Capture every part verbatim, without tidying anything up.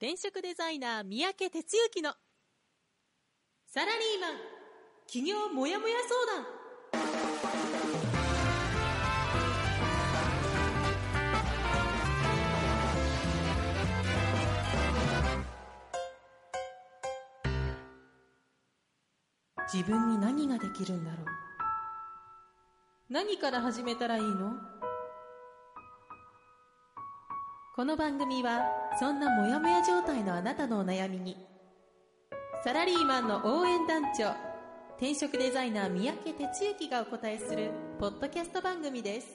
転職デザイナー三宅哲之のサラリーマン起業もやもや相談。自分に何ができるんだろう。何から始めたらいいの？この番組はそんなモヤモヤ状態のあなたのお悩みにサラリーマンの応援団長転職デザイナー三宅哲之がお答えするポッドキャスト番組です。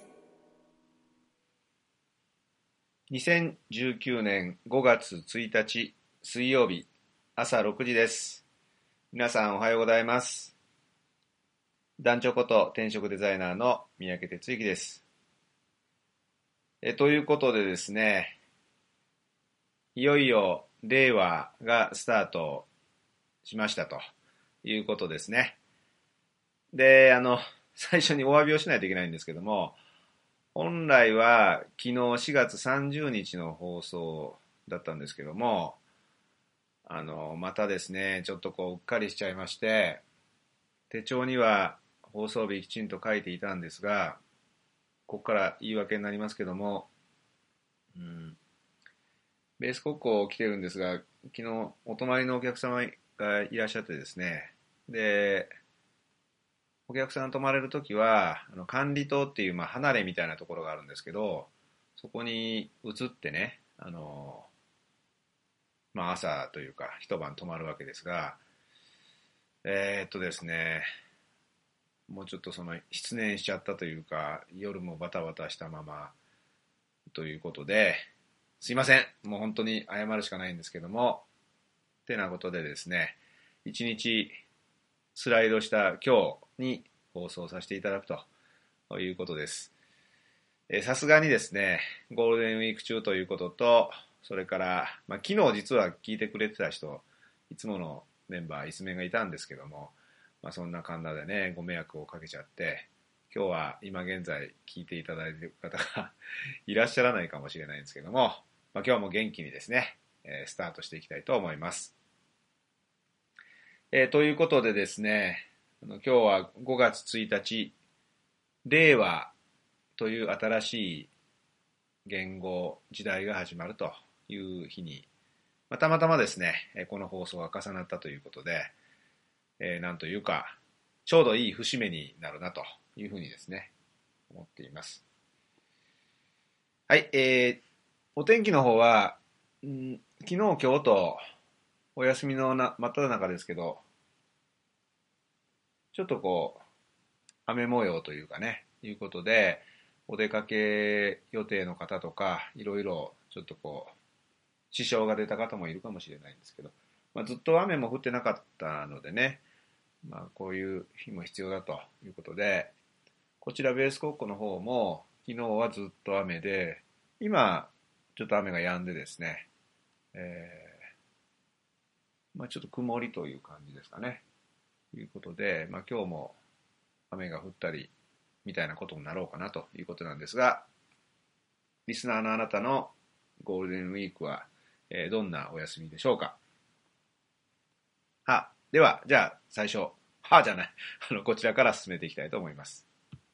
にせんじゅうきゅうねんごがつついたち水曜日朝ろくじです。皆さんおはようございます。団長こと転職デザイナーの三宅哲之です。えということでですね、いよいよ令和がスタートしましたということですね。で、あの最初にお詫びをしないといけないんですけども、本来は昨日しがつさんじゅうにちの放送だったんですけども、あのまたですねちょっとこううっかりしちゃいまして、手帳には放送日きちんと書いていたんですが、ここから言い訳になりますけども、うん、ベース国交来てるんですが、昨日お泊まりのお客様がいらっしゃってですね、でお客さん泊まれるときはあの管理棟っていう、まあ、離れみたいなところがあるんですけど、そこに移ってね、あの、まあ、朝というか一晩泊まるわけですが、えー、っとですねもうちょっとその失念しちゃったというか、夜もバタバタしたままということで、すいません、もう本当に謝るしかないんですけども、てなことでですね、一日スライドした今日に放送させていただくということです。さすがにですね、ゴールデンウィーク中ということと、それから、まあ、昨日実は聞いてくれてた人、いつものメンバー、いつめがいたんですけども、まあ、そんな感じでね、ご迷惑をかけちゃって、今日は今現在聞いていただいている方がいらっしゃらないかもしれないんですけども、まあ、今日も元気にですね、えー、スタートしていきたいと思います。えー、ということでですね、あの今日はごがつついたち、令和という新しい言語、時代が始まるという日に、まあ、たまたまですね、この放送が重なったということで、えー、なんというかちょうどいい節目になるなというふうにですね思っています。はい、えー、お天気の方は、ん昨日今日とお休みのな真っ只中ですけど、ちょっとこう雨模様というかねいうことで、お出かけ予定の方とかいろいろちょっとこう支障が出た方もいるかもしれないんですけど、まあ、ずっと雨も降ってなかったのでね、まあ、こういう日も必要だということで、こちらベース国庫の方も昨日はずっと雨で、今ちょっと雨が止んでですね、えーまあ、ちょっと曇りという感じですかね。ということで、まあ、今日も雨が降ったりみたいなことになろうかなということなんですが、リスナーのあなたのゴールデンウィークは、えー、どんなお休みでしょうか。はではじゃあ最初はじゃないあのこちらから進めていきたいと思います。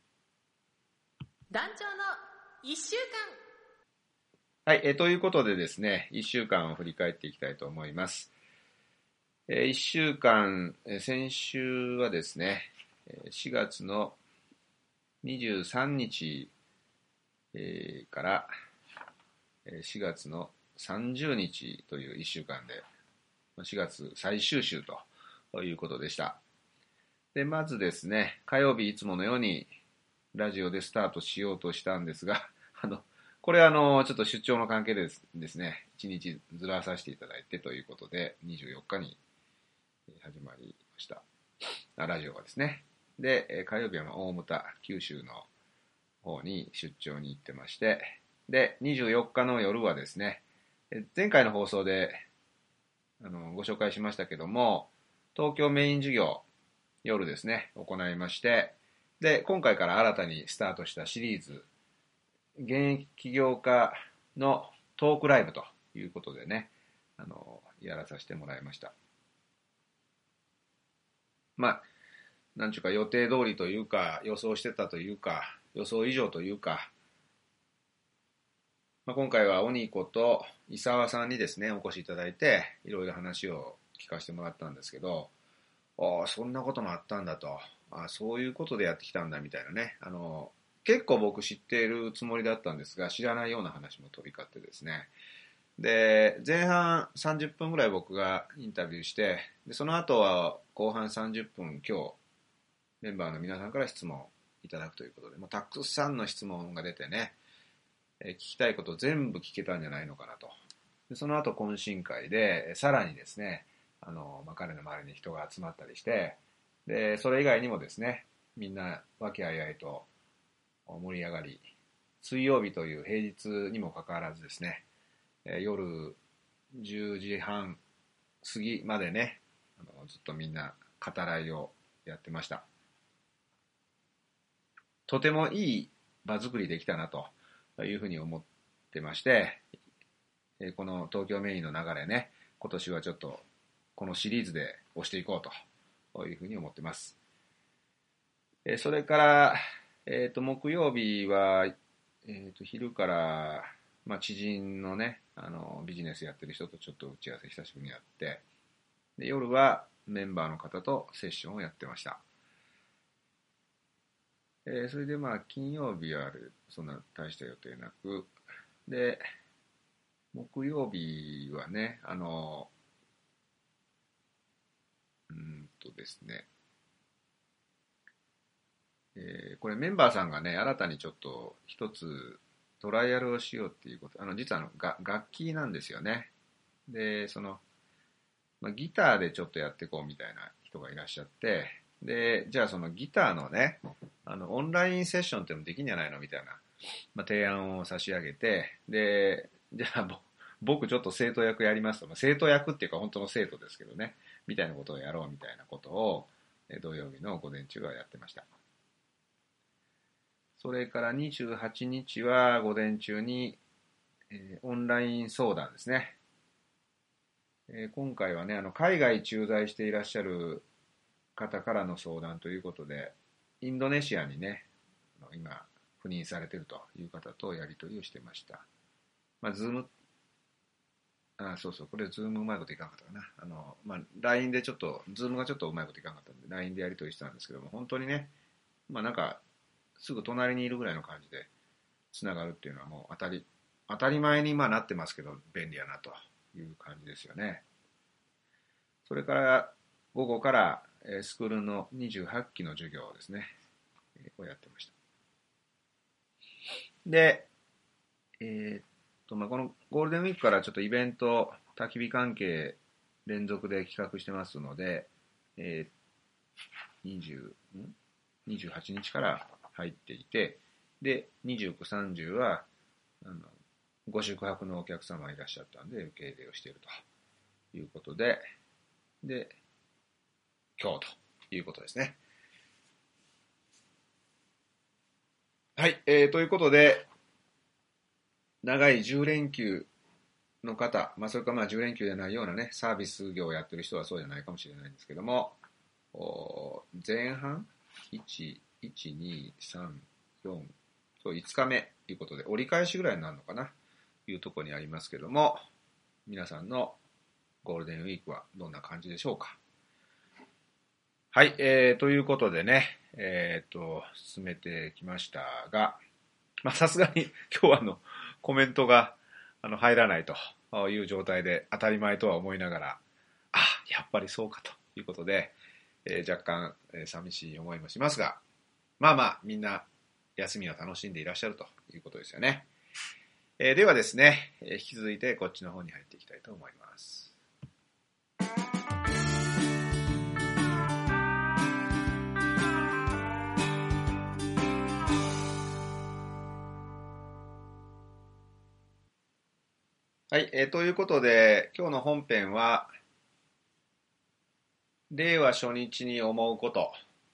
団長のいっしゅうかん。はい、えー、ということでですね、いっしゅうかんを振り返っていきたいと思います。えー、いっしゅうかん、えー、先週はですね、しがつのにじゅうさんにち、えー、からしがつのさんじゅうにちといういっしゅうかんで、しがつ最終週ということでした。で、まずですね、火曜日いつものようにラジオでスタートしようとしたんですが、あの、これあの、ちょっと出張の関係でですですね、いちにちずらさせていただいてということで、にじゅうよっかに始まりました。ラジオがですね。で、火曜日は大牟田、九州の方に出張に行ってまして、で、にじゅうよっかの夜はですね、前回の放送であのご紹介しましたけども、東京メイン授業、夜ですね、行いまして、で、今回から新たにスタートしたシリーズ、現役起業家のトークライブということでね、 あのやらさせてもらいました。まあなんちゅうか予定通りというか、予想してたというか、予想以上というか、まあ、今回は鬼子と伊沢さんにですねお越しいただいて、いろいろ話を聞かせてもらったんですけど、ああそんなこともあったんだと、ああそういうことでやってきたんだみたいなね、あの結構僕知っているつもりだったんですが、知らないような話も飛び交ってですね、で前半さんじゅっぷんぐらい僕がインタビューして、でその後は後半さんじゅっぷん今日メンバーの皆さんから質問いただくということで、もうたくさんの質問が出てね、えー聞きたいこと全部聞けたんじゃないのかなと。でその後懇親会でさらにですね、あの、まあ、彼の周りに人が集まったりして、でそれ以外にもですね、みんな和気あいあいと盛り上がり、水曜日という平日にもかかわらずですね、えー夜じゅうじはん過ぎまでね、あのずっとみんな語らいをやってました。とてもいい場作りできたなというふうに思ってまして、この東京メインの流れね、今年はちょっとこのシリーズで押していこうというふうに思ってます。それから、えー、と木曜日は、えー、と昼から、まあ、知人のね、あのビジネスやってる人とちょっと打ち合わせ久しぶりにやって、で夜はメンバーの方とセッションをやってました。えー、それでまあ金曜日はそんな大した予定なく、で木曜日はね、あのうんとですね、えーこれメンバーさんがね新たにちょっと一つトライアルをしようっていうこと、あの実はあのが楽器なんですよね。でその、まあ、ギターでちょっとやっていこうみたいな人がいらっしゃって、でじゃあそのギターのね、あのオンラインセッションっていうのもできんじゃないのみたいな、まあ、提案を差し上げて、でじゃあ僕ちょっと生徒役やりますと、まあ、生徒役っていうか本当の生徒ですけどね、みたいなことをやろうみたいなことを土曜日の午前中はやってました。それからにじゅうはちにちは午前中に、えーオンライン相談ですね。えー今回はね、あの海外駐在していらっしゃる方からの相談ということで、インドネシアにね、今、赴任されているという方とやり取りをしてました。まあ、ズーム、あ、そうそう、これ、ズームうまいこといかなかったかな。あの、まあ、ライン でちょっと、ズームがちょっとうまいこといかなかったんで、ライン でやり取りしたんですけども、本当にね、まあなんか、すぐ隣にいるぐらいの感じでつながるっていうのはもう当たり、当たり前にまあなってますけど、便利やなという感じですよね。それから午後からえースクールのにじゅうはちきの授業ですね、えーをやってました。で、えーっとまあ、このゴールデンウィークからちょっとイベント、焚き火関係連続で企画してますので、えー、にじゅう、んにじゅうはちにちから入っていて、で、にじゅうく、さんじゅうはあのご宿泊のお客様がいらっしゃったんで受け入れをしているということで、で、今日ということですね。はい、えー、ということで、長いじゅう連休の方、まあ、それからまあじゅう連休じゃないようなね、サービス業をやってる人はそうじゃないかもしれないんですけども、前半いち、いち、に、さん、よん、そういつかめということで折り返しぐらいになるのかなというところにありますけども、皆さんのゴールデンウィークはどんな感じでしょうか。はい、えー、ということでね、えー、と進めてきましたが、まあさすがに今日はあのコメントがあの入らないという状態で当たり前とは思いながら、あ、やっぱりそうかということで、えー、若干、えー、寂しい思いもしますが、まあまあみんな休みを楽しんでいらっしゃるということですよね。えー、ではですね、えー、引き続いてこっちの方に入っていきたいと思います。はい、えー、ということで今日の本編は令和初日に思うこと、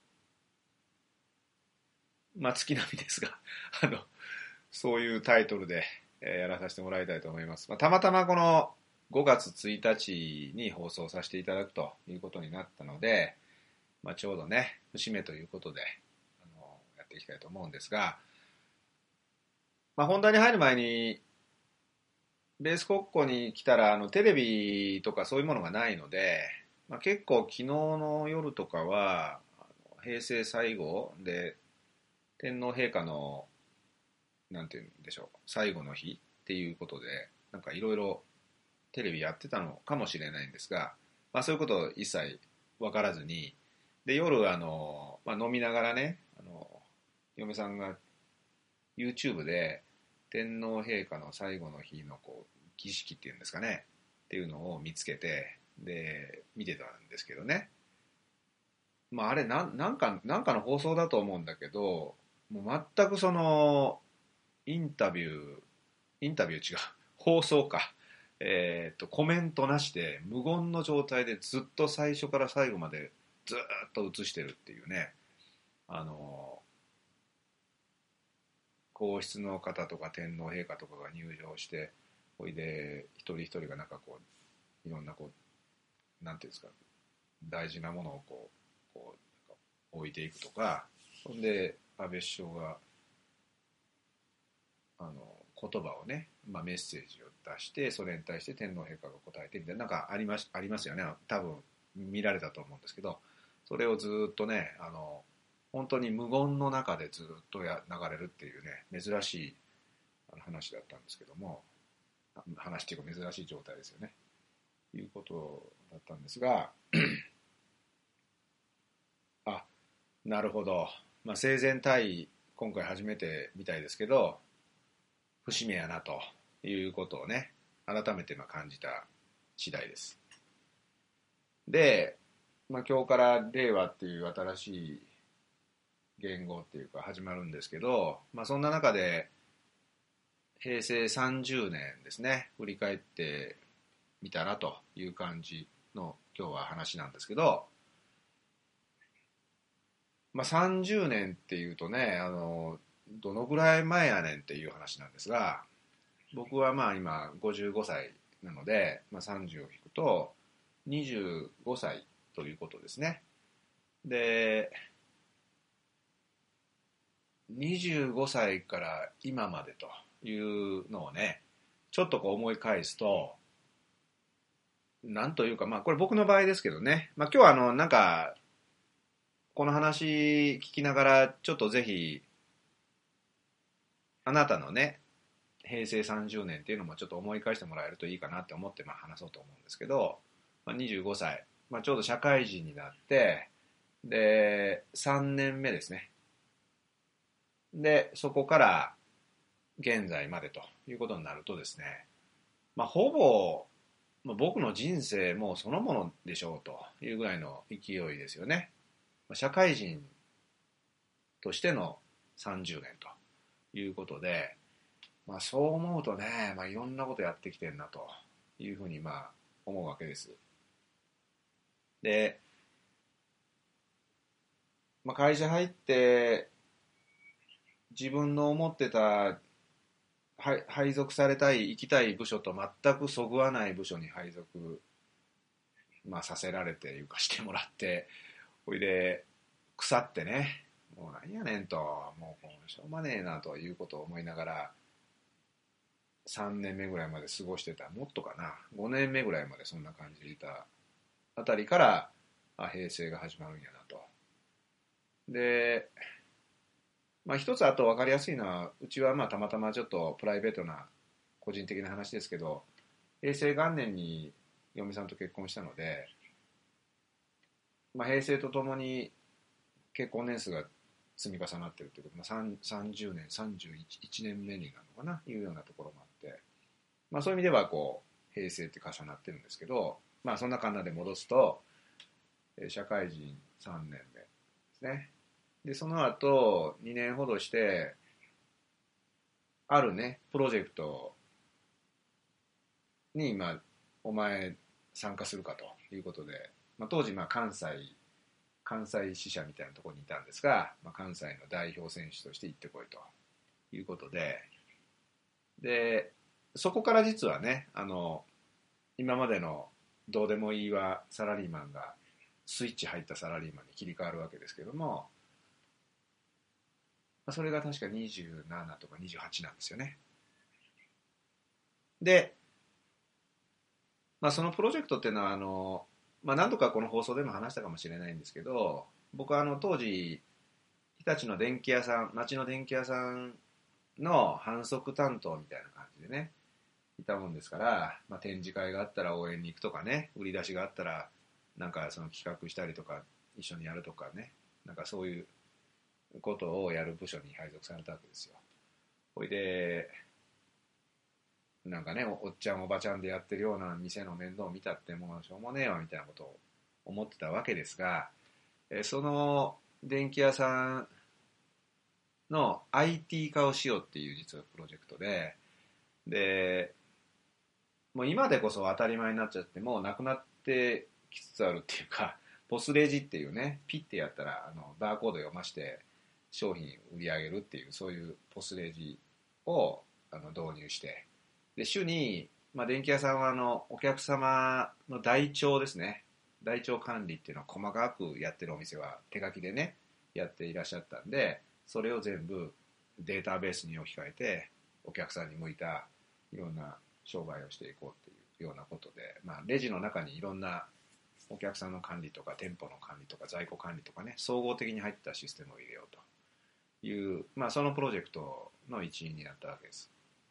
まあ月並みですがあのそういうタイトルで、えーやらさせてもらいたいと思います。まあ、たまたまこのごがつついたちに放送させていただくということになったので、まあ、ちょうどね節目ということであのやっていきたいと思うんですが、まあ、本題に入る前にベース国庫に来たらあのテレビとかそういうものがないので、まあ、結構昨日の夜とかはあの平成最後で天皇陛下のなんていうんでしょう最後の日っていうことでなんかいろいろテレビやってたのかもしれないんですが、まあ、そういうこと一切分からずにで夜あの、まあ、飲みながらねあの嫁さんが YouTube で天皇陛下の最後の日のこう儀式っていうんですかねっていうのを見つけてで見てたんですけどね、まあ、あれなんなんかなんかの放送だと思うんだけどもう全くそのインタビューインタビュー違う放送かえー、とコメントなしで無言の状態でずっと最初から最後までずっと映してるっていうねあの皇室の方とか天皇陛下とかが入場してほいで一人一人がなんかこういろんなこうなんていうんですか大事なものをこう、こうなんか置いていくとかほんで安倍首相があの言葉をね、まあ、メッセージを出してそれに対して天皇陛下が答えてみたいななんかあります、ありますよね多分見られたと思うんですけどそれをずっとねあの本当に無言の中でずっとや流れるっていうね珍しい話だったんですけども話っていうか珍しい状態ですよねいうことだったんですがあなるほど、まあ、生前退位今回初めてみたいですけど節目やなということをね改めてまあ感じた次第です。で、まあ、今日から令和っていう新しい言語っていうか始まるんですけど、まあ、そんな中で平成さんじゅうねんですね振り返ってみたらという感じの今日は話なんですけど、まあ、さんじゅうねんっていうとねあのどのぐらい前やねんっていう話なんですが僕はまあ今ごじゅうごさいなので、まあ、さんじゅうを引くとにじゅうごさいということですね。でにじゅうごさいから今までというのをねちょっとこう思い返すとなんというかまあこれ僕の場合ですけどね、まあ、今日はあのなんかこの話聞きながらちょっとぜひあなたのね平成さんじゅうねんっていうのもちょっと思い返してもらえるといいかなって思ってまあ話そうと思うんですけど、まあ、にじゅうごさい、まあ、ちょうど社会人になってでさんねんめですねでそこから現在までということになるとですね、まあ、ほぼ、まあ、僕の人生もそのものでしょうというぐらいの勢いですよね。社会人としてのさんじゅうねんということで、まあ、そう思うとね、まあ、いろんなことやってきてるなというふうにまあ思うわけです。で、まあ、会社入って自分の思ってた配配属されたい行きたい部署と全くそぐわない部署に配属、まあ、させられていうかしてもらってほいで腐ってねもうなんやねんともうしょうがねえなということを思いながらさんねんめぐらいまで過ごしてたもっとかなごねんめぐらいまでそんな感じでいたあたりからあ平成が始まるんやなと。でまあ、一つあと分かりやすいのはうちはまあたまたまちょっとプライベートな個人的な話ですけど平成元年に嫁さんと結婚したので、まあ、平成とともに結婚年数が積み重なっているということで、まあ、さんじゅうねんさんじゅういちねんめになるのかないうようなところもあって、まあ、そういう意味ではこう平成って重なってるんですけど、まあ、そんな感じで戻すと社会人さんねんめですね。でその後にねんほどしてあるねプロジェクトに今お前参加するかということで、まあ、当時まあ関西関西支社みたいなところにいたんですが、まあ、関西の代表選手として行ってこいということででそこから実はねあの今までのどうでもいいわサラリーマンがスイッチ入ったサラリーマンに切り替わるわけですけども、それが確かにじゅうななとかにじゅうはちなんですよね。で、まあ、そのプロジェクトっていうのはあの、まあ、何度かこの放送でも話したかもしれないんですけど、僕はあの当時日立の電気屋さん、町の電気屋さんの販促担当みたいな感じでねいたもんですから、まあ、展示会があったら応援に行くとかね、売り出しがあったらなんかその企画したりとか一緒にやるとかね、なんかそういうことをやる部署に配属されたわけですよ。ほいでなんかね、おっちゃんおばちゃんでやってるような店の面倒を見たってもうしょうもねえわみたいなことを思ってたわけですが、えその電気屋さんの アイティー 化をしようっていう実はプロジェクトで、でもう今でこそ当たり前になっちゃってもうなくなってきつつあるっていうか、ポスレジっていうね、ピッてやったらあのバーコード読まして商品売り上げるっていう、そういうポスレジをあの導入して、で主に、まあ、電気屋さんはあのお客様の台帳ですね、台帳管理っていうのを細かくやってるお店は手書きでねやっていらっしゃったんで、それを全部データベースに置き換えてお客さんに向いたいろんな商売をしていこうっていうようなことで、まあ、レジの中にいろんなお客さんの管理とか店舗の管理とか在庫管理とかね、総合的に入ったシステムを入れようという、まあ、そのプロジェクトの一員になったわけです。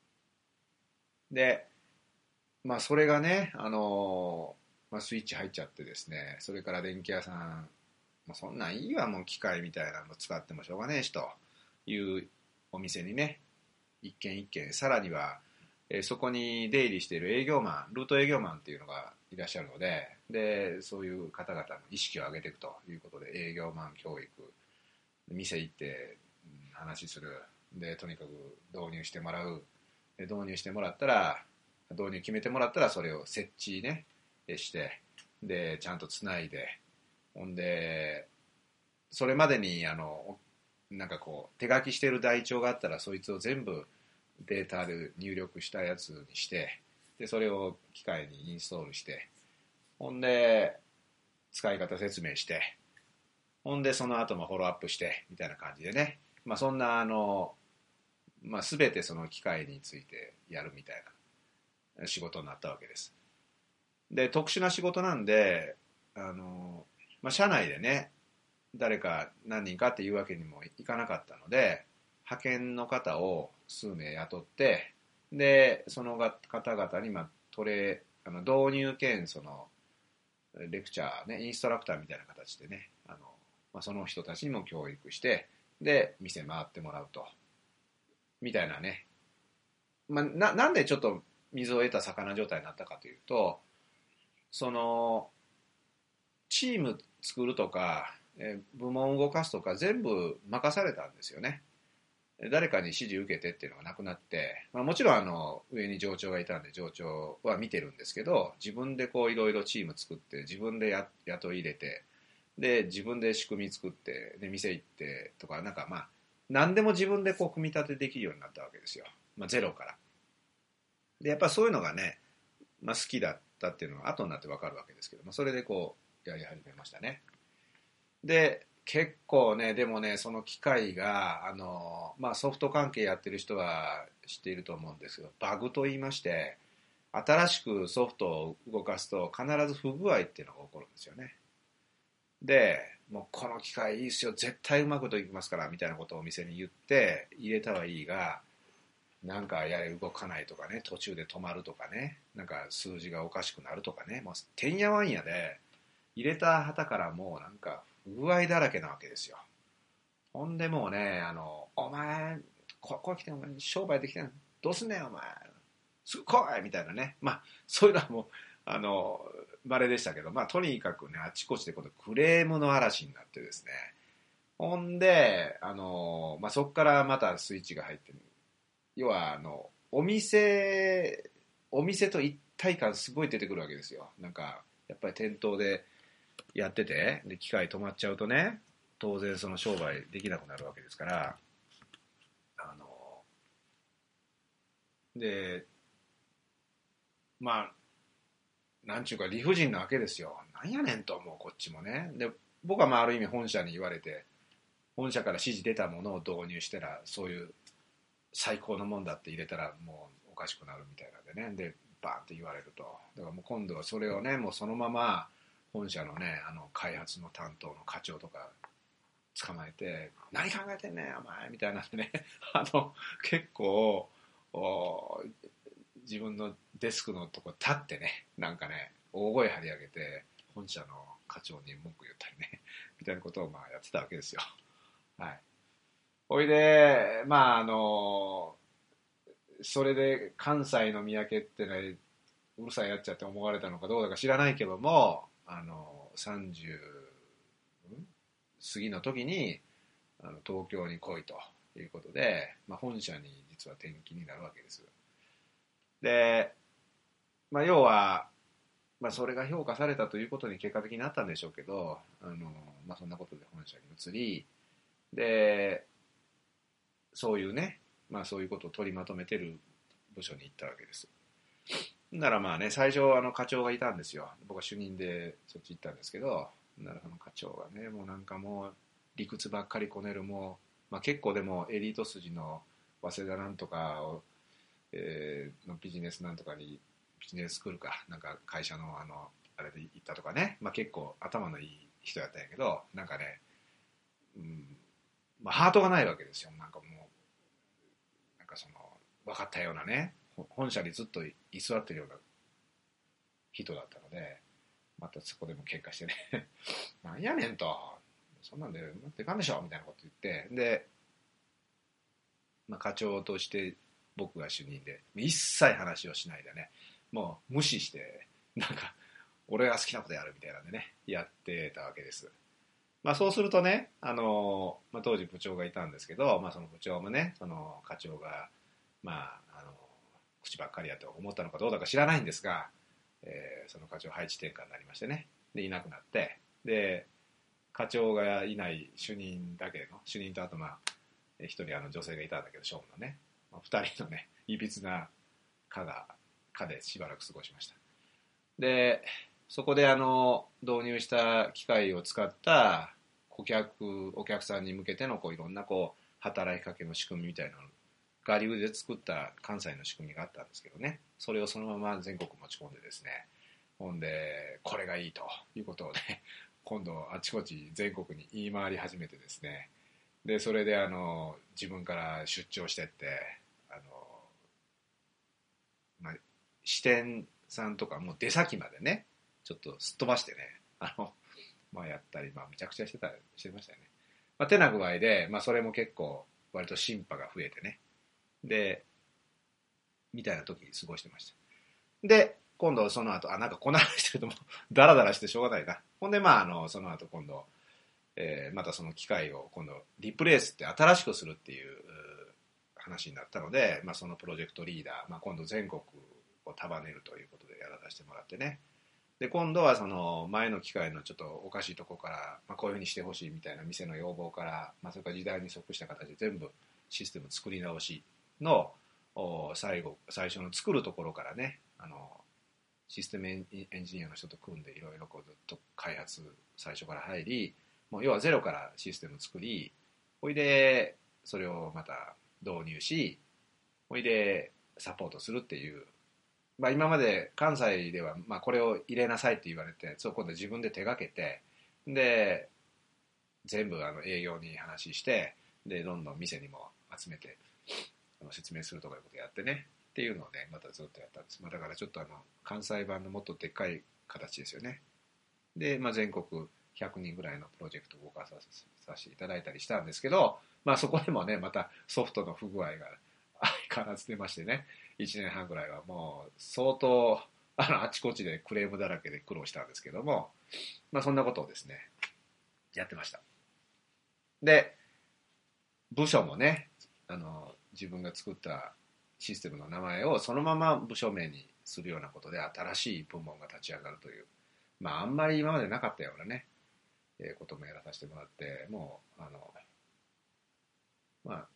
で、まあ、それがね、あのまあ、スイッチ入っちゃってですね、それから電気屋さん、もうそんなんいいわ、もう機械みたいなの使ってもしょうがねえしというお店にね、一軒一軒、さらには、えーそこに出入りしている営業マン、ルート営業マンっていうのがいらっしゃるので、でそういう方々の意識を上げていくということで、営業マン教育、店行ってうん話する、でとにかく導入してもらう、で導入してもらったら、導入決めてもらったらそれを設置ねして、でちゃんとつないで、ほんでそれまでにあのなんかこう手書きしてる台帳があったらそいつを全部データで入力したやつにして、でそれを機械にインストールして、ほんで使い方説明して、ほんでその後もフォローアップしてみたいな感じでね、まあ、そんなあの、まあ、全てその機械についてやるみたいな仕事になったわけです。で特殊な仕事なんで、あの、まあ、社内でね誰か何人かっていうわけにもいかなかったので、派遣の方を数名雇って、でその方々に、まあ、トレあの導入兼そのレクチャー、ね、インストラクターみたいな形でね、あの、まあ、その人たちにも教育して、で店回ってもらうとみたいなね、まあ、な, なんでちょっと水を得た魚状態になったかというと、そのチーム作るとか、え部門を動かすとか全部任されたんですよね。誰かに指示受けてっていうのがなくなって、まあ、もちろんあの上に上長がいたんで上長は見てるんですけど、自分でこういろいろチーム作って自分でや雇い入れて、で自分で仕組み作って、で店行ってとか、なんかまあ何でも自分でこう組み立てできるようになったわけですよ、まあ、ゼロから。でやっぱそういうのがね、まあ、好きだったっていうのが後になって分かるわけですけど、まあ、それでこうやり始めましたね。で結構ね、でもね、その機械があの、まあ、ソフト関係やってる人は知っていると思うんですけど、バグと言いまして、新しくソフトを動かすと必ず不具合っていうのが起こるんですよね。でもうこの機械いいっすよ、絶対うまくといきますからみたいなことをお店に言って入れたはいいが、なんかやれ動かないとかね、途中で止まるとかね、なんか数字がおかしくなるとかね、もうてんやわんやで、入れた旗からもうなんか不具合だらけなわけですよ。ほんでもうね、あのお前ここ来てお前商売できてんどうすんねんお前すぐ来いみたいなね、まあそういうのはもうあの稀でしたけど、まあとにかくね、あちこちでこのクレームの嵐になってですね、ほんであの、まあ、そこからまたスイッチが入って、要はあのお店お店と一体感すごい出てくるわけですよ。なんかやっぱり店頭でやってて、で機械止まっちゃうとね、当然その商売できなくなるわけですから、あのでまあなんちゅうか理不尽なわけですよ。なんやねんと思う、こっちもね。で、僕はまあある意味本社に言われて、本社から指示出たものを導入したら、そういう最高のもんだって入れたらもうおかしくなるみたいなんでね。で、バーンって言われると。だからもう今度はそれをね、もうそのまま本社のね、あの開発の担当の課長とか捕まえて、何考えてんねんお前みたいなんでね、あの、結構、自分のデスクのとこ立ってね、なんかね、大声張り上げて、本社の課長に文句言ったりね、みたいなことをまあやってたわけですよ。はい。ほいで、まああの、それで関西の三宅ってね、うるさいやっちゃって思われたのかどうだか知らないけども、あの、さんじゅう過ぎの時に、あの東京に来いということで、まあ、本社に実は転勤になるわけです。で、まあ、要は、まあ、それが評価されたということに結果的になったんでしょうけど、あの、まあ、そんなことで本社に移り、で、そういうね、まあ、そういうことを取りまとめてる部署に行ったわけです。ならまあね、最初あの課長がいたんですよ。僕は主任でそっち行ったんですけど、ならその課長がね、もうなんかもう理屈ばっかりこねる、もう、まあ、結構でもエリート筋の早稲田なんとかを、えーのビジネスなんとかに、ビジネススクールか、なんか会社のあの、あれで行ったとかね、まあ、結構頭のいい人やったんやけど、なんかね、うんまあ、ハートがないわけですよ。なんかもう、なんかその、分かったようなね、本社にずっと居座ってるような人だったので、またそこでも喧嘩してねなんやねんと、そんなんで待っていかんでしょみたいなこと言って、で、まあ、課長として僕が主任で一切話をしないでね、もう無視して、なんか俺が好きなことやるみたいなんでね、やってたわけです。まあ、そうするとね、あのまあ、当時部長がいたんですけど、まあ、その部長もね、その課長が、まあ、あの口ばっかりやと思ったのかどうだか知らないんですが、えーその課長配置転換になりましてね、でいなくなって、で課長がいない主任だけの、主任とあとまあ一人あの女性がいたんだけど、ショーンのね、まあ、二人のねいびつな課が課でしばらく過ごしました。でそこであの導入した機械を使った顧客お客さんに向けてのこういろんなこう働きかけの仕組みみたいなの我流で作った関西の仕組みがあったんですけどね、それをそのまま全国持ち込んでですね、ほんでこれがいいということをね、今度あちこち全国に言い回り始めてですね、でそれであの自分から出張してって、あの、まあ、支店さんとかもう出先までねちょっとすっ飛ばしてね、あの、まあ、やったり、まあ、めちゃくちゃしてたしてましたよね。まあ、てな具合で、まあ、それも結構割と進歩が増えてね、でみたいな時に過ごしてました。で今度その後、あなんかこんな話してるともうダラダラしてしょうがないな。ほんでまああのその後今度、えーまたその機械を今度リプレイスって新しくするっていう話になったので、まあ、そのプロジェクトリーダー、まあ、今度全国を束ねるということでやらさせてもらってね、で今度はその前の機械のちょっとおかしいとこから、まあ、こういうふうにしてほしいみたいな店の要望から、まあ、それから時代に即した形で全部システム作り直しの最後最初の作るところからね、あのシステムエンジニアの人と組んでいろいろこうずっと開発最初から入り、もう要はゼロからシステム作り、ほいでそれをまた導入し、ほいでサポートするっていう、まあ、今まで関西ではまあこれを入れなさいって言われて、そう今度自分で手がけて、で全部あの営業に話して、でどんどん店にも集めて説明するとかいうことやってねっていうのをねまたずっとやったんです。まあ、だからちょっとあの関西版のもっとでっかい形ですよね。で、まあ、全国ひゃくにんぐらいのプロジェクトを動かさせていただいたりしたんですけど、まあ、そこでもねまたソフトの不具合が相変わらず出ましてね、いちねんはんぐらいはもう相当あのあちこちでクレームだらけで苦労したんですけども、まあ、そんなことをですねやってました。で部署もね、あの自分が作ったシステムの名前をそのまま部署名にするようなことで新しい部門が立ち上がるという、まああんまり今までなかったようなね、えー、こともやらさせてもらって、もうあのまあ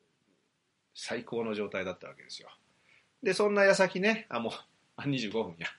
最高の状態だったわけですよ。でそんな矢先ね、あもうあにじゅうごふんや、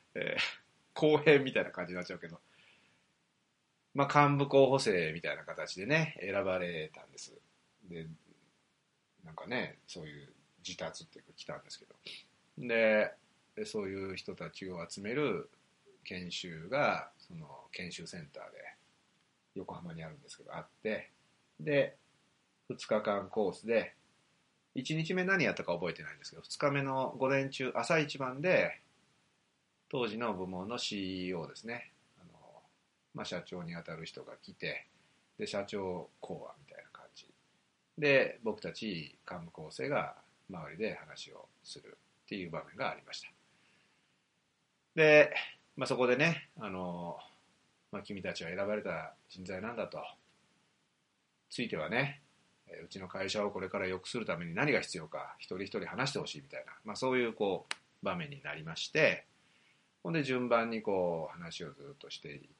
えー、後編みたいな感じになっちゃうけど、まあ、幹部候補生みたいな形でね選ばれたんです。でなんかねそういう自達っていうか来たんですけど、でそういう人たちを集める研修がその研修センターで横浜にあるんですけどあって、でふつかかんコースでいちにちめ何やったか覚えてないんですけど、ふつかめの午前中朝一番で当時の部門の シーイーオー ですね、あの、まあ、社長にあたる人が来て、で社長講話みたいな感じで僕たち幹部構成が周りで話をするっていう場面がありました。で、まあ、そこでねあの、まあ、君たちは選ばれた人材なんだと、ついてはねうちの会社をこれから良くするために何が必要か一人一人話してほしいみたいな、まあ、そういうこう場面になりまして、ほんで順番にこう話をずっとしていって、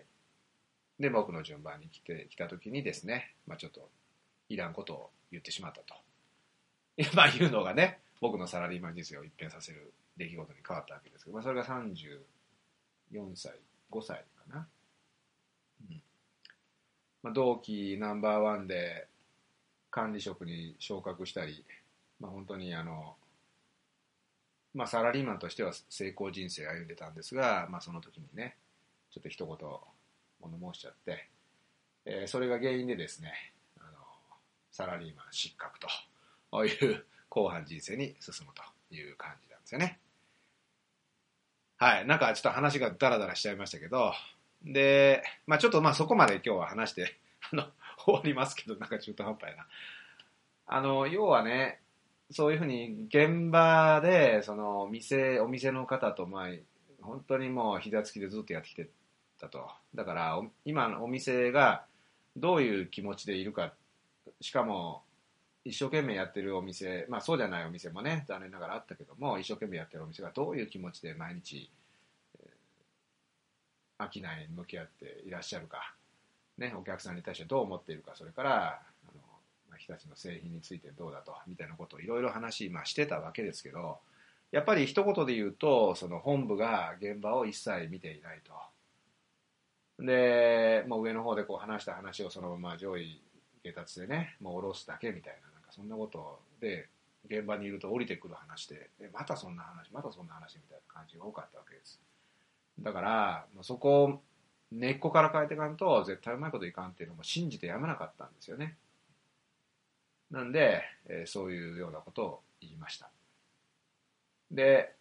で僕の順番に来てきた時にですね、まあ、ちょっといらんことを言ってしまったとまあいうのがね僕のサラリーマン人生を一変させる出来事に変わったわけですけど、まあ、それがさんじゅうよんさいごさいかな、うんまあ、同期ナンバーワンで管理職に昇格したり、まあ、本当にあの、まあ、サラリーマンとしては成功人生を歩んでたんですが、まあ、その時にねちょっと一言物申しちゃって、えー、それが原因でですねあのサラリーマン失格という後半人生に進むという感じなんですよね。はい、なんかちょっと話がダラダラしちゃいましたけど、で、まあ、ちょっとまあそこまで今日は話してあの終わりますけど、なんか中途半端やな。あの要はねそういうふうに現場でその店お店の方とまあ本当にもう膝つきでずっとやってきてたと。だから今のお店がどういう気持ちでいるか、しかも一生懸命やってるお店、まあそうじゃないお店もね残念ながらあったけども、一生懸命やってるお店がどういう気持ちで毎日商いに向き合っていらっしゃるか、ね、お客さんに対してどう思っているか、それからあの、まあ、日立の製品についてどうだとみたいなことをいろいろ話、まあ、してたわけですけど、やっぱり一言で言うとその本部が現場を一切見ていないと。でもう上の方でこう話した話をそのまま上位下達でねもう下ろすだけみたいな、なんかそんなことで現場にいると降りてくる話で、えまたそんな話またそんな話みたいな感じが多かったわけです。だからそこを根っこから変えていかんと絶対うまいこといかんっていうのも信じてやめなかったんですよね。なんで、えーそういうようなことを言いました。で、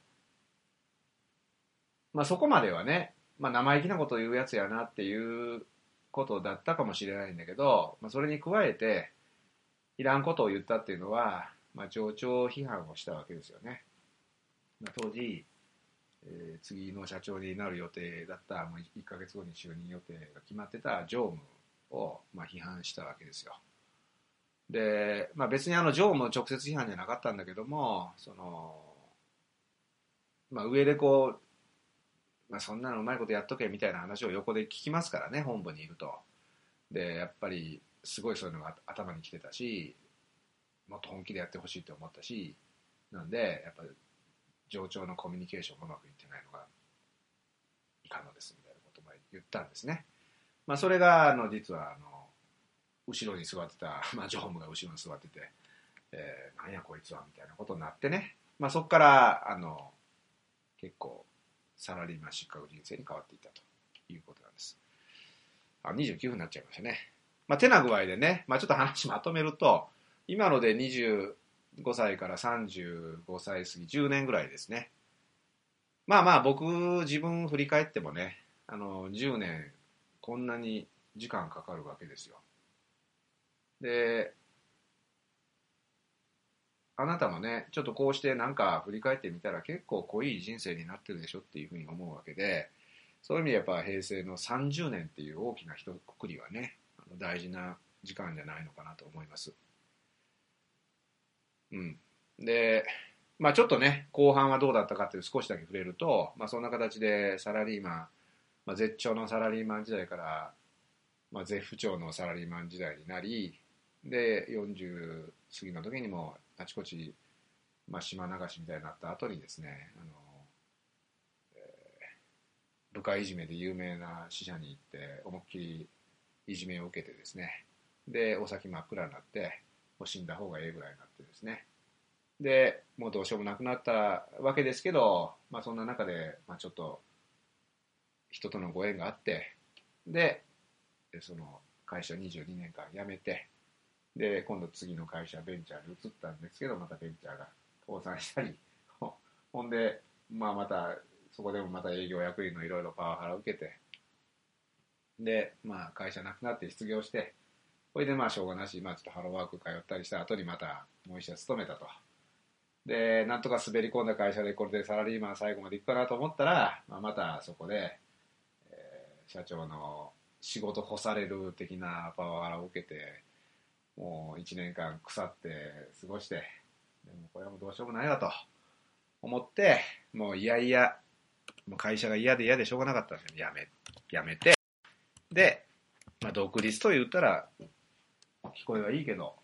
まあ、そこまではね、まあ、生意気なことを言うやつやなっていうことだったかもしれないんだけど、まあ、それに加えていらんことを言ったっていうのは、まあ、上長批判をしたわけですよね。まあ、当時、えー次の社長になる予定だったもういっかげつごに就任予定が決まってた常務を、まあ、批判したわけですよ。で、まあ、別にあの常務直接批判じゃなかったんだけども、その、まあ、上でこう、まあ、そんなのうまいことやっとけみたいな話を横で聞きますからね、本部にいると。でやっぱりすごいそういうのが頭にきてたし、もっと本気でやってほしいと思ったし、なんでやっぱり上長のコミュニケーションがうまくいってないのがいかんのですみたいなことも言ったんですね。まあ、それがあの実はあの後ろに座ってた、まあ、常務が後ろに座ってて、えー、なんやこいつはみたいなことになってね、まあ、そこからあの結構サラリーマン失格人生に変わっていったということなんです。あ、にじゅうきゅうふんになっちゃいましたね。まあ、手な具合でね、まあ、ちょっと話まとめると、今のでにじゅうごさいからさんじゅうごさい過ぎじゅうねんぐらいですね。まあまあ僕自分振り返ってもね、あのじゅうねんこんなに時間かかるわけですよ。で、あなたもねちょっとこうしてなんか振り返ってみたら結構濃い人生になってるでしょっていうふうに思うわけで、そういう意味でやっぱ平成のさんじゅうねんっていう大きな一括りはね、あの大事な時間じゃないのかなと思います。うん、で、まあ、ちょっとね後半はどうだったかっていう少しだけ触れると、まあ、そんな形でサラリーマン、まあ、絶頂のサラリーマン時代から、まあ、絶不調のサラリーマン時代になり、でよんじゅう過ぎの時にもあちこち、まあ、島流しみたいになった後にですね、あの部下いじめで有名な支社に行って思いっきりいじめを受けてですね、でお先真っ暗になってもう死んだ方がええぐらいになってですね、でもうどうしようもなくなったわけですけど、まあ、そんな中で、まあ、ちょっと人とのご縁があって、でその会社にじゅうにねんかん辞めて、で今度次の会社ベンチャーに移ったんですけど、またベンチャーが倒産したりほんで、まあ、またそこでもまた営業役員のいろいろパワハラを受けて、で、まあ、会社なくなって失業して、それでまあしょうがなし、まあ、ちょっとハローワーク通ったりした後にまたもう一社勤めたと。でなんとか滑り込んだ会社でこれでサラリーマン最後までいくかなと思ったら、まあ、またそこで、えー、社長の仕事干される的なパワハラを受けて、もういちねんかん腐って過ごして、でもこれはもうどうしようもないわと思って、もういやいやもう会社が嫌で嫌でしょうがなかったんですよ。やめやめて、で、まあ、独立と言ったら聞こえはいいけど、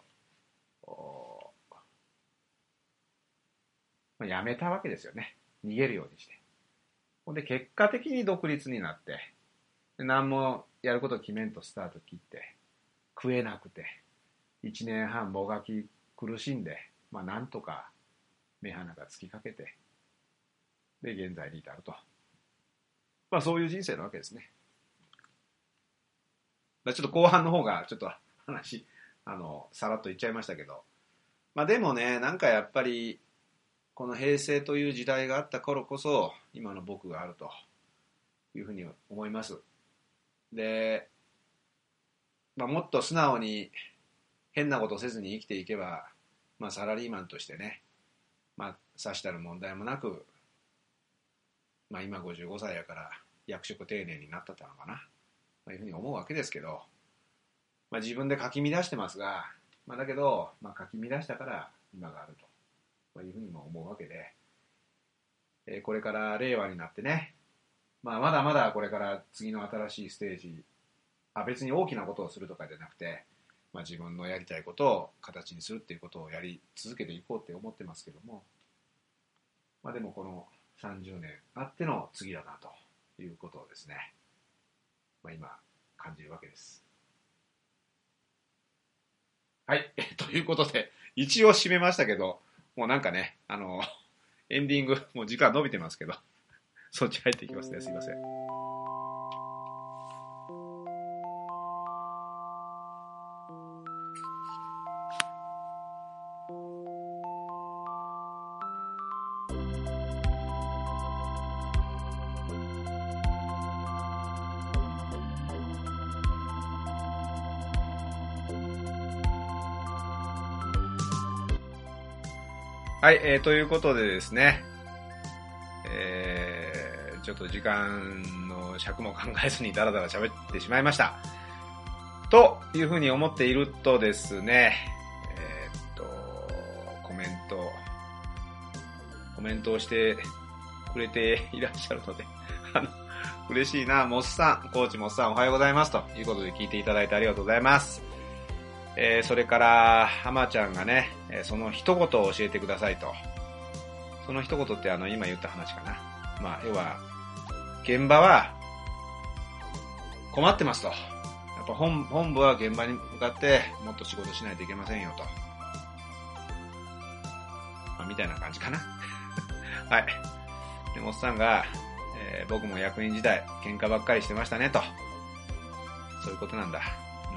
まあ、やめたわけですよね。逃げるようにして。ほんで結果的に独立になって、何もやることを決めんとスタート切って、食えなくていちねんはんもがき苦しんで、まあ、なんとか目鼻がつきかけて、で現在に至ると、まあ、そういう人生なわけですね。ちょっと後半の方がちょっと話あのさらっと言っちゃいましたけど、まあ、でもね、なんかやっぱりこの平成という時代があった頃こそ今の僕があるというふうに思います。で、まあ、もっと素直に変なことせずに生きていけば、まあ、サラリーマンとしてね、まあ、さしたる問題もなく、まあ、今ごじゅうごさいやから役職定年になったのかな、まあ、いうふうに思うわけですけど、まあ、自分でかき乱してますが、まあ、だけど、まあ、かき乱したから今があると、まあ、いうふうにも思うわけで、えー、これから令和になってね、まあ、まだまだこれから次の新しいステージ、あ別に大きなことをするとかじゃなくて、まあ、自分のやりたいことを形にするっていうことをやり続けていこうって思ってますけども、まあ、でもこのさんじゅうねんあっての次だなということをですね、まあ、今感じるわけです。はい、ということで一応締めましたけど、もうなんかね、あのエンディングもう時間伸びてますけど、そっち入っていきますね。すいません。はい、えー、ということでですね、えー、ちょっと時間の尺も考えずにダラダラ喋ってしまいました。というふうに思っているとですね、えー、っと、コメント、コメントをしてくれていらっしゃるので、あの、嬉しいな、モスさん、コーチモスさんおはようございますということで聞いていただいてありがとうございます。えー、それから浜ちゃんがね、その一言を教えてくださいと。その一言ってあの今言った話かな。まあ要は現場は困ってますと。やっぱ 本, 本部は現場に向かってもっと仕事しないといけませんよと。まあ、みたいな感じかな。はい。でモスさんが、えー、僕も役員時代喧嘩ばっかりしてましたねと。そういうことなんだ。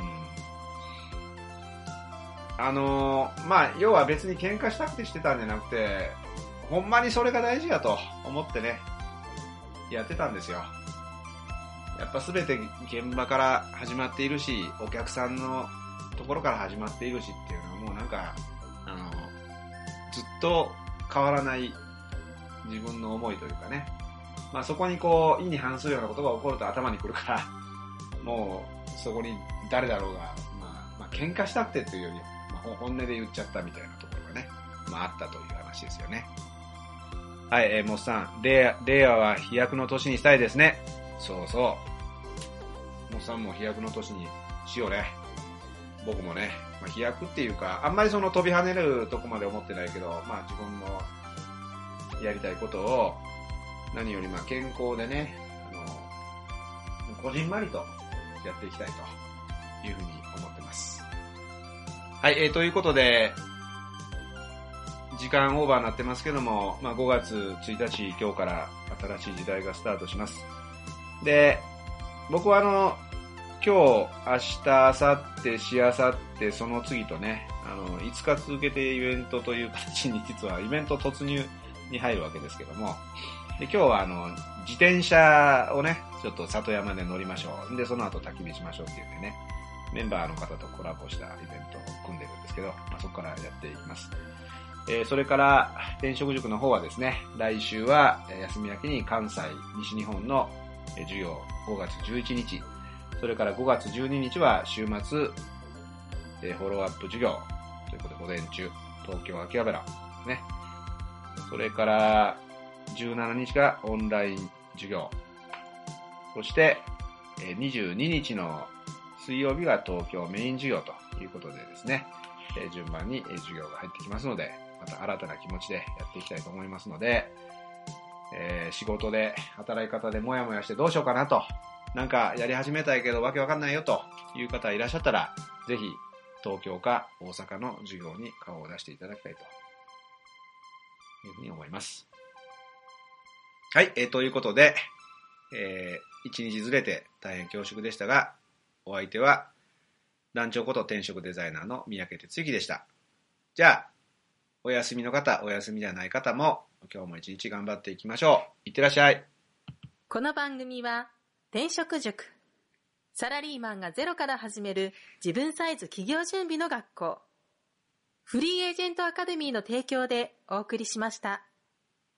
あのー、まあ要は別に喧嘩したくてしてたんじゃなくて、ほんまにそれが大事やと思ってねやってたんですよ。やっぱ全て現場から始まっているし、お客さんのところから始まっているしっていうのはもうなんかあのずっと変わらない自分の思いというかね、まあそこにこう意に反するようなことが起こると頭にくるから、もうそこに誰だろうが、まあ、まあ喧嘩したくてというより本音で言っちゃったみたいなところがね、まああったという話ですよね。はい、えー、モスさん、令和は飛躍の年にしたいですね。そうそう。モスさんも飛躍の年にしようね。僕もね、まあ、飛躍っていうか、あんまりその飛び跳ねるとこまで思ってないけど、まあ自分のやりたいことを何よりまあ健康でね、あのこじんまりとやっていきたいというふうに思ってます。はい、えー、ということで、時間オーバーになってますけども、まあ、ごがつついたち、今日から新しい時代がスタートします。で、僕はあの、今日、明日、明後日、しあさって、その次とね、あの、いつか続けてイベントという形に、実はイベント突入に入るわけですけども、で今日はあの、自転車をね、ちょっと里山で乗りましょう。で、その後焚き火しましょうっていうんでね、メンバーの方とコラボしたイベントを組んでるんですけど、まあ、そこからやっていきます。えー、それから、転職塾の方はですね、来週は休み明けに関西、西日本の授業ごがつじゅういちにち、それからごがつじゅうににちは週末、えー、フォローアップ授業ということで、午前中、東京秋葉原ですね。それからじゅうしちにちがオンライン授業。そして、えー、にじゅうににちの水曜日が東京メイン授業ということでですね、えー、順番に授業が入ってきますので、また新たな気持ちでやっていきたいと思いますので、えー、仕事で、働き方でもやもやしてどうしようかなと、なんかやり始めたいけどわけわかんないよという方いらっしゃったら、ぜひ東京か大阪の授業に顔を出していただきたいというふうに思います。はい、えー、ということで、えー、一日ずれて大変恐縮でしたが、お相手は団長こと転職デザイナーの三宅哲之でした。じゃあ、お休みの方、お休みじゃない方も今日も一日頑張っていきましょう。いってらっしゃい。 この番組は転職塾、サラリーマンがゼロから始める自分サイズ企業準備の学校、フリーエージェントアカデミーの提供でお送りしました。